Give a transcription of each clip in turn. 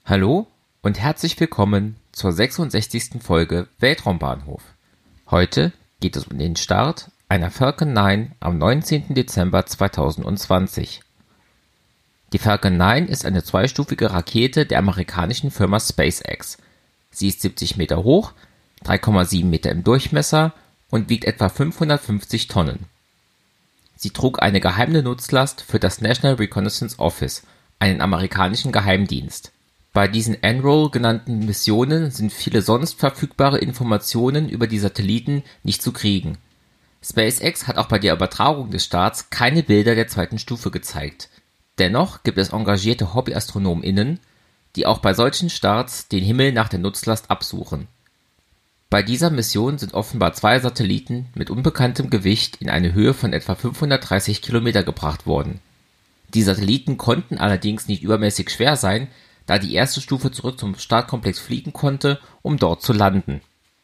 Hallo und herzlich willkommen zur 66. Folge Weltraumbahnhof. Heute geht es um den Start einer Falcon 9 am 19. Dezember 2020. Die Falcon 9 ist eine zweistufige Rakete der amerikanischen Firma SpaceX. Sie ist 70 Meter hoch, 3,7 Meter im Durchmesser und wiegt etwa 550 Tonnen. Sie trug eine geheime Nutzlast für das National Reconnaissance Office, einen amerikanischen Geheimdienst. Bei diesen NROL genannten Missionen sind viele sonst verfügbare Informationen über die Satelliten nicht zu kriegen. SpaceX hat auch bei der Übertragung des Starts keine Bilder der zweiten Stufe gezeigt. Dennoch gibt es engagierte HobbyastronomInnen, die auch bei solchen Starts den Himmel nach der Nutzlast absuchen. Bei dieser Mission sind offenbar 2 Satelliten mit unbekanntem Gewicht in eine Höhe von etwa 530 Kilometer gebracht worden. Die Satelliten konnten allerdings nicht übermäßig schwer sein, da die erste Stufe zurück zum Startkomplex fliegen konnte, um dort zu landen.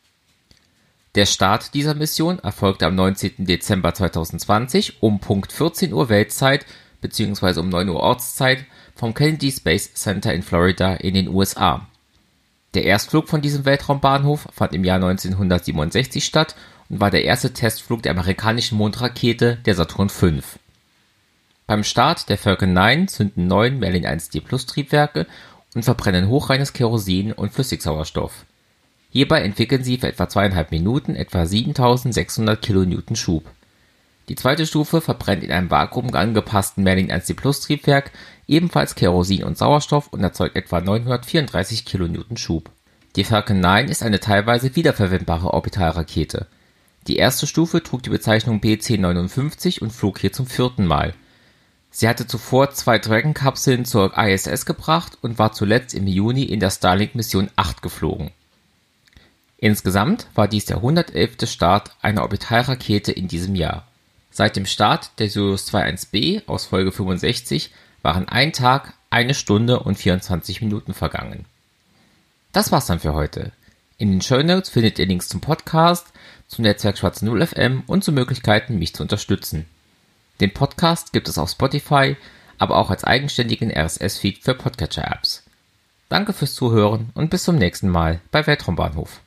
Der Start dieser Mission erfolgte am 19. Dezember 2020 um Punkt 14 Uhr Weltzeit bzw. um 9 Uhr Ortszeit vom Kennedy Space Center in Florida in den USA. Der Erstflug von diesem Weltraumbahnhof fand im Jahr 1967 statt und war der erste Testflug der amerikanischen Mondrakete, der Saturn V. Beim Start der Falcon 9 zünden 9 Merlin 1D+ Triebwerke und verbrennen hochreines Kerosin und Flüssigsauerstoff. Hierbei entwickeln sie für etwa 2,5 Minuten etwa 7600 kN Schub. Die zweite Stufe verbrennt in einem Vakuum angepassten Merlin 1D+ Triebwerk ebenfalls Kerosin und Sauerstoff und erzeugt etwa 934 kN Schub. Die Falcon 9 ist eine teilweise wiederverwendbare Orbitalrakete. Die erste Stufe trug die Bezeichnung BC-59 und flog hier zum 4. Mal. Sie hatte zuvor 2 Dragon-Kapseln zur ISS gebracht und war zuletzt im Juni in der Starlink-Mission 8 geflogen. Insgesamt war dies der 111. Start einer Orbitalrakete in diesem Jahr. Seit dem Start der Soyuz 21B aus Folge 65 waren 1 Tag, 1 Stunde und 24 Minuten vergangen. Das war's dann für heute. In den Shownotes findet ihr Links zum Podcast, zum Netzwerk Schwarze Null FM und zu Möglichkeiten, mich zu unterstützen. Den Podcast gibt es auf Spotify, aber auch als eigenständigen RSS-Feed für Podcatcher-Apps. Danke fürs Zuhören und bis zum nächsten Mal bei Weltraumbahnhof.